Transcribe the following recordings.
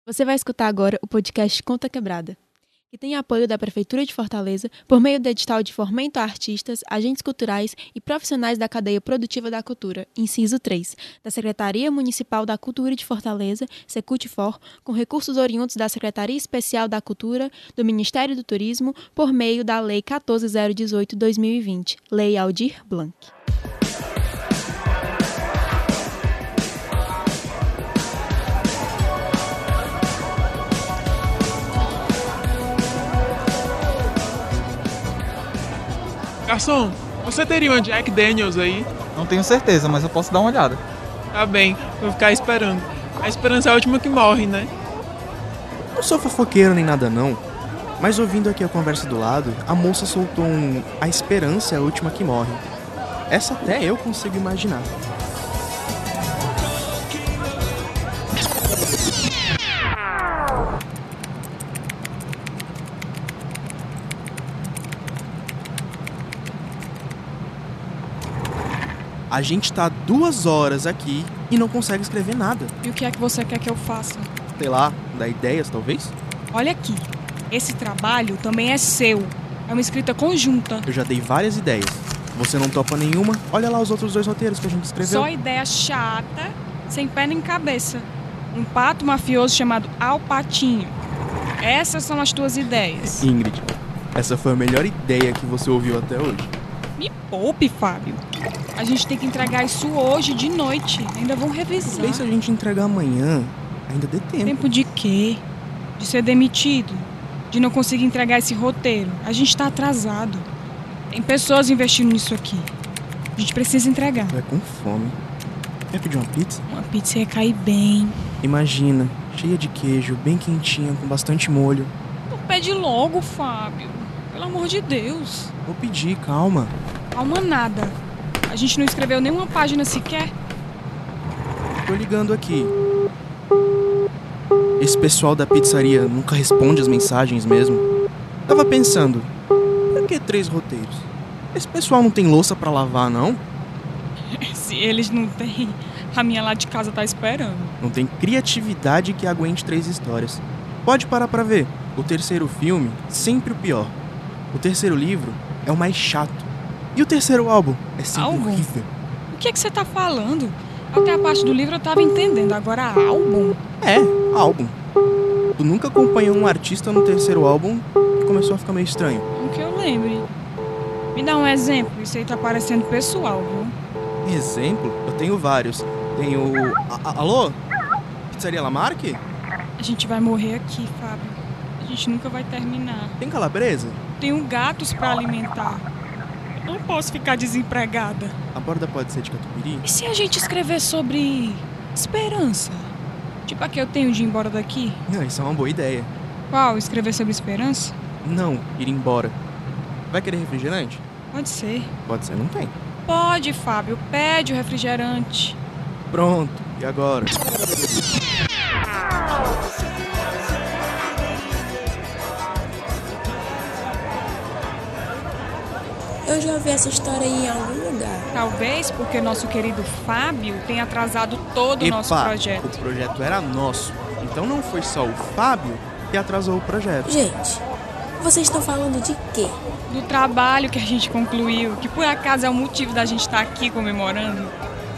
Você vai escutar agora o podcast Conta Quebrada, que tem apoio da Prefeitura de Fortaleza por meio do edital de fomento a artistas, agentes culturais e profissionais da cadeia produtiva da cultura, inciso 3, da Secretaria Municipal da Cultura de Fortaleza, Secult-For, com recursos oriundos da Secretaria Especial da Cultura do Ministério do Turismo por meio da Lei 14.018/2020, Lei Aldir Blanc. Garçom, você teria uma Jack Daniels aí? Não tenho certeza, mas eu posso dar uma olhada. Tá bem, vou ficar esperando. A esperança é a última que morre, né? Não sou fofoqueiro nem nada não, mas ouvindo aqui a conversa do lado, a moça soltou a esperança é a última que morre. Essa até eu consigo imaginar. A gente tá 2 horas aqui e não consegue escrever nada. E o que é que você quer que eu faça? Sei lá, dar ideias talvez? Olha aqui, esse trabalho também é seu. É uma escrita conjunta. Eu já dei várias ideias. Você não topa nenhuma? Olha lá os outros 2 roteiros que a gente escreveu. Só ideia chata, sem pé nem cabeça. Um pato mafioso chamado Al Patinho. Essas são as tuas ideias. Ingrid, essa foi a melhor ideia que você ouviu até hoje. Me poupe, Fábio. A gente tem que entregar isso hoje de noite. Ainda vão revisar. Bem, se a gente entregar amanhã, ainda dê tempo. Tempo de quê? De ser demitido? De não conseguir entregar esse roteiro? A gente tá atrasado. Tem pessoas investindo nisso aqui. A gente precisa entregar. Vai com fome. Quer pedir uma pizza? Uma pizza ia cair bem. Imagina, cheia de queijo, bem quentinha, com bastante molho. Não pede logo, Fábio. Pelo amor de Deus. Vou pedir, calma. Calma nada. A gente não escreveu nenhuma página sequer. Tô ligando aqui. Esse pessoal da pizzaria nunca responde as mensagens mesmo. Tava pensando, por que 3 roteiros? Esse pessoal não tem louça pra lavar, não? Se eles não têm, a minha lá de casa tá esperando. Não tem criatividade que aguente 3 histórias. Pode parar pra ver. O 3º filme, sempre o pior. O 3º livro é o mais chato. E o 3º álbum é sempre horrível. O que é que você tá falando? Até a parte do livro eu tava entendendo. Agora álbum? É, álbum. Tu nunca acompanhou um artista no 3º álbum e começou a ficar meio estranho? Não que eu lembre. Me dá um exemplo. Isso aí tá parecendo pessoal, viu? Exemplo? Eu tenho vários. Tenho... Alô? Pizzaria Lamarque? A gente vai morrer aqui, Fábio. A gente nunca vai terminar. Tem calabresa? Tenho gatos pra alimentar. Eu não posso ficar desempregada. A borda pode ser de catupiry? E se a gente escrever sobre esperança? Tipo a que eu tenho de ir embora daqui? Não, isso é uma boa ideia. Qual? Escrever sobre esperança? Não, ir embora. Vai querer refrigerante? Pode ser. Pode ser, não tem. Pode, Fábio. Pede o refrigerante. Pronto, e agora? Eu já ouvi essa história em algum lugar. Talvez porque nosso querido Fábio tenha atrasado todo o nosso projeto. O projeto era nosso. Então não foi só o Fábio que atrasou o projeto. Gente, vocês estão falando de quê? Do trabalho que a gente concluiu, que por acaso é o motivo da gente estar aqui comemorando.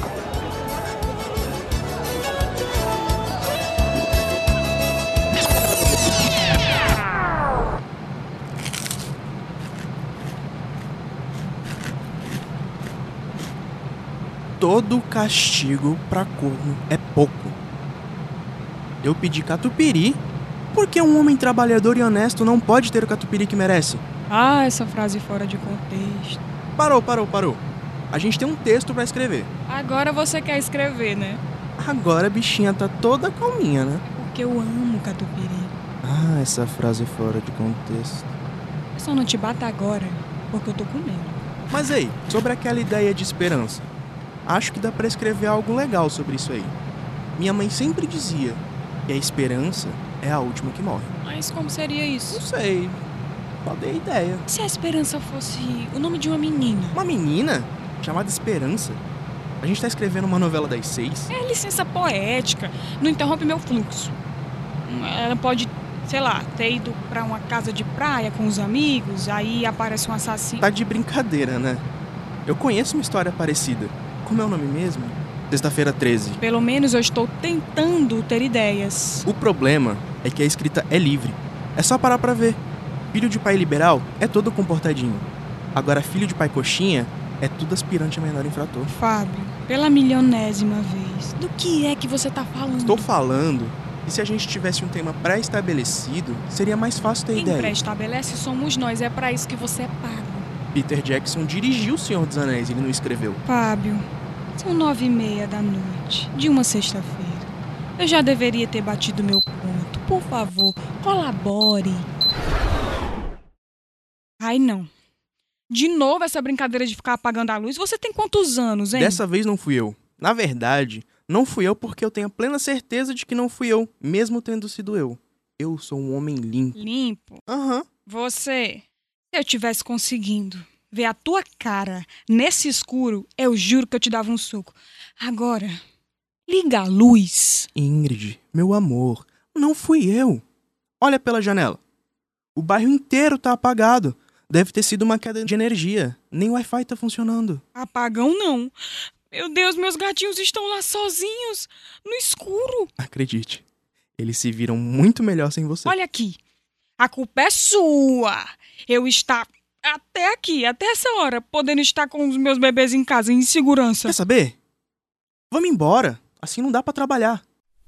Todo castigo pra corno é pouco. Eu pedi catupiry porque um homem trabalhador e honesto não pode ter o catupiry que merece. Ah, essa frase fora de contexto. Parou. A gente tem um texto pra escrever. Agora você quer escrever, né? Agora a bichinha tá toda calminha, né? Porque eu amo catupiry. Ah, essa frase fora de contexto. Eu só não te bato agora porque eu tô com medo. Mas ei, sobre aquela ideia de esperança. Acho que dá pra escrever algo legal sobre isso aí. Minha mãe sempre dizia que a esperança é a última que morre. Mas como seria isso? Não sei, só dei ideia. E se a Esperança fosse o nome de uma menina? Uma menina chamada Esperança? A gente tá escrevendo uma novela das 6. É licença poética. Não interrompe meu fluxo. Ela pode, sei lá, ter ido pra uma casa de praia com os amigos, aí aparece um assassino. Tá de brincadeira, né? Eu conheço uma história parecida. Como é o nome mesmo? Sexta-feira 13. Pelo menos eu estou tentando ter ideias. O problema é que a escrita é livre. É só parar pra ver. Filho de pai liberal é todo comportadinho. Agora filho de pai coxinha é tudo aspirante a menor infrator. Fábio, pela milionésima vez, do que é que você tá falando? Estou falando que se a gente tivesse um tema pré-estabelecido, seria mais fácil ter Quem ideia. pré-estabelece somos nós, é pra isso que você é pago. Peter Jackson dirigiu O Senhor dos Anéis, ele não escreveu. Fábio, são 9h30 da noite, de uma sexta-feira. Eu já deveria ter batido meu ponto. Por favor, colabore. Ai, não. De novo essa brincadeira de ficar apagando a luz. Você tem quantos anos, hein? Dessa vez não fui eu. Na verdade, não fui eu porque eu tenho a plena certeza de que não fui eu, mesmo tendo sido eu. Eu sou um homem limpo. Limpo? Aham. Você, se eu tivesse conseguindo ver a tua cara nesse escuro, eu juro que eu te dava um soco. Agora, liga a luz. Ingrid, meu amor, não fui eu. Olha pela janela. O bairro inteiro tá apagado. Deve ter sido uma queda de energia. Nem o Wi-Fi tá funcionando. Apagão não. Meu Deus, meus gatinhos estão lá sozinhos, no escuro. Acredite, eles se viram muito melhor sem você. Olha aqui, a culpa é sua. Eu estar até aqui, até essa hora, podendo estar com os meus bebês em casa, em segurança. Quer saber? Vamos embora. Assim não dá pra trabalhar.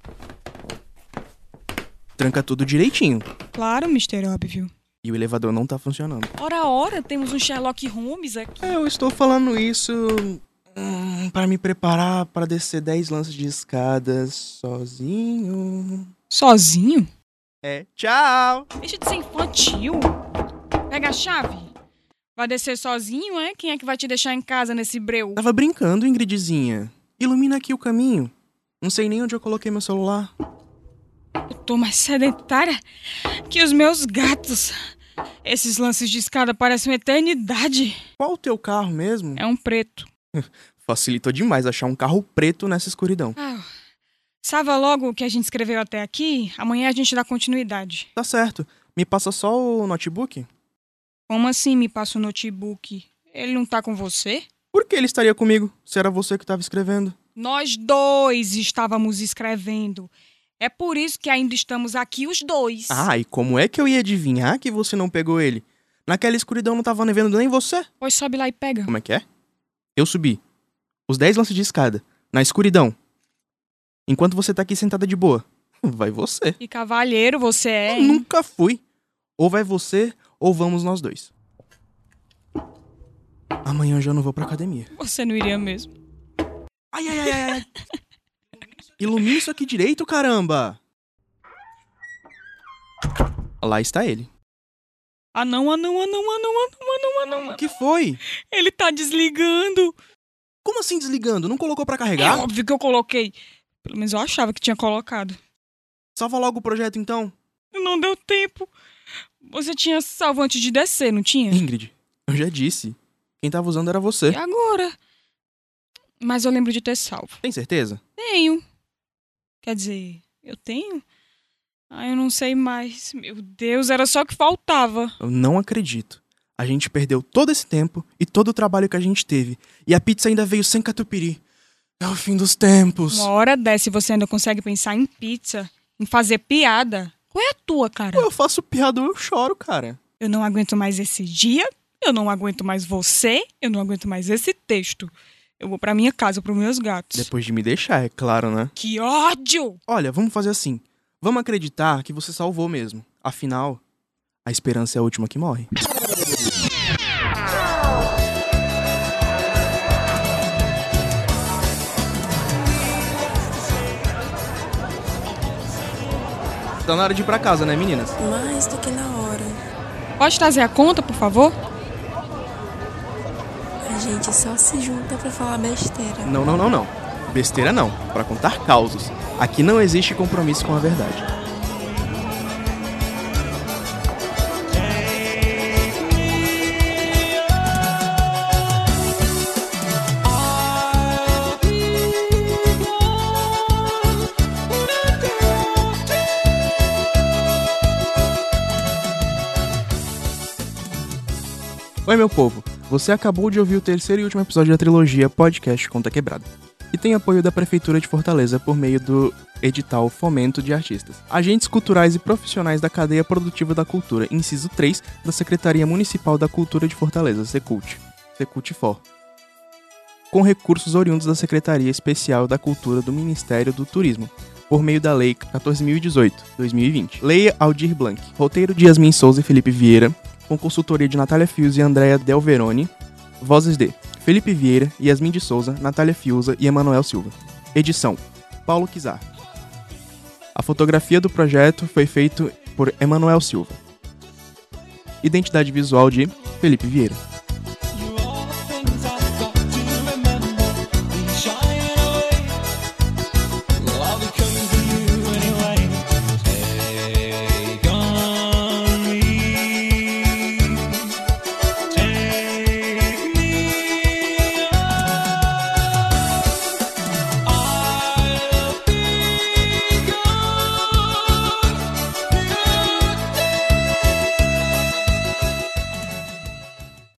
Tranca tudo direitinho. Claro, Mr. Óbvio. E o elevador não tá funcionando. Ora, temos um Sherlock Holmes aqui. Eu estou falando isso para me preparar para descer 10 lances de escadas sozinho. Sozinho? É, tchau! Deixa de ser infantil. Pega a chave. Vai descer sozinho, é? Quem é que vai te deixar em casa nesse breu? Tava brincando, Ingridzinha. Ilumina aqui o caminho. Não sei nem onde eu coloquei meu celular. Eu tô mais sedentária que os meus gatos. Esses lances de escada parecem uma eternidade. Qual o teu carro mesmo? É um preto. Facilitou demais achar um carro preto nessa escuridão. Salva logo o que a gente escreveu até aqui. Amanhã a gente dá continuidade. Tá certo. Me passa só o notebook? Como assim me passa o notebook? Ele não tá com você? Por que ele estaria comigo, se era você que estava escrevendo? Nós dois estávamos escrevendo. É por isso que ainda estamos aqui os dois. Ah, e como é que eu ia adivinhar que você não pegou ele? Naquela escuridão não tava vendo nem você. Pois sobe lá e pega. Como é que é? Eu subi. Os 10 lances de escada. Na escuridão. Enquanto você tá aqui sentada de boa. Vai você. E cavalheiro você é, Eu hein? nunca fui. Ou vai você, ou vamos nós dois. Amanhã eu já não vou pra academia. Você não iria mesmo. Ai. Ilumina isso aqui direito, caramba! Lá está ele. Ah não. O que foi? Ele tá desligando. Como assim desligando? Não colocou pra É carregar? óbvio que eu coloquei. Pelo menos eu achava que tinha colocado. Salva logo o projeto, então. Não deu tempo. Você tinha salvo antes de descer, não tinha? Ingrid, eu já disse. Quem tava usando era você. E agora? Mas eu lembro de ter salvo. Tem certeza? Tenho. Quer dizer, eu tenho? Eu não sei mais. Meu Deus, era só o que faltava. Eu não acredito. A gente perdeu todo esse tempo e todo o trabalho que a gente teve. E a pizza ainda veio sem catupiry. É o fim dos tempos. Uma hora dessa e você ainda consegue pensar em pizza, em fazer piada. Qual é a tua, cara? Eu faço piada ou eu choro, cara. Eu não aguento mais esse dia, eu não aguento mais você, eu não aguento mais esse texto. Eu vou pra minha casa, pros meus gatos. Depois de me deixar, é claro, né? Que ódio! Olha, vamos fazer assim. Vamos acreditar que você salvou mesmo. Afinal, a esperança é a última que morre. Tá na hora de ir pra casa, né, meninas? Mais do que na hora. Pode trazer a conta, por favor? A gente só se junta pra falar besteira. Não. Besteira não. Pra contar causos. Aqui não existe compromisso com a verdade. Oi, meu povo! Você acabou de ouvir o terceiro e último episódio da trilogia Podcast Conta Quebrada, e tem apoio da Prefeitura de Fortaleza por meio do edital Fomento de Artistas, agentes culturais e profissionais da cadeia produtiva da cultura, inciso 3 da Secretaria Municipal da Cultura de Fortaleza, Secult For, com recursos oriundos da Secretaria Especial da Cultura do Ministério do Turismo, por meio da Lei 14.018/2020. Lei Aldir Blanc. Roteiro de Yasmin Souza e Felipe Vieira, com consultoria de Natália Fius e Andréa Del Veroni. Vozes de Felipe Vieira, Yasmin de Souza, Natália Fiuza e Emanuel Silva. Edição Paulo Kizar. A fotografia do projeto foi feita por Emanuel Silva. Identidade visual de Felipe Vieira.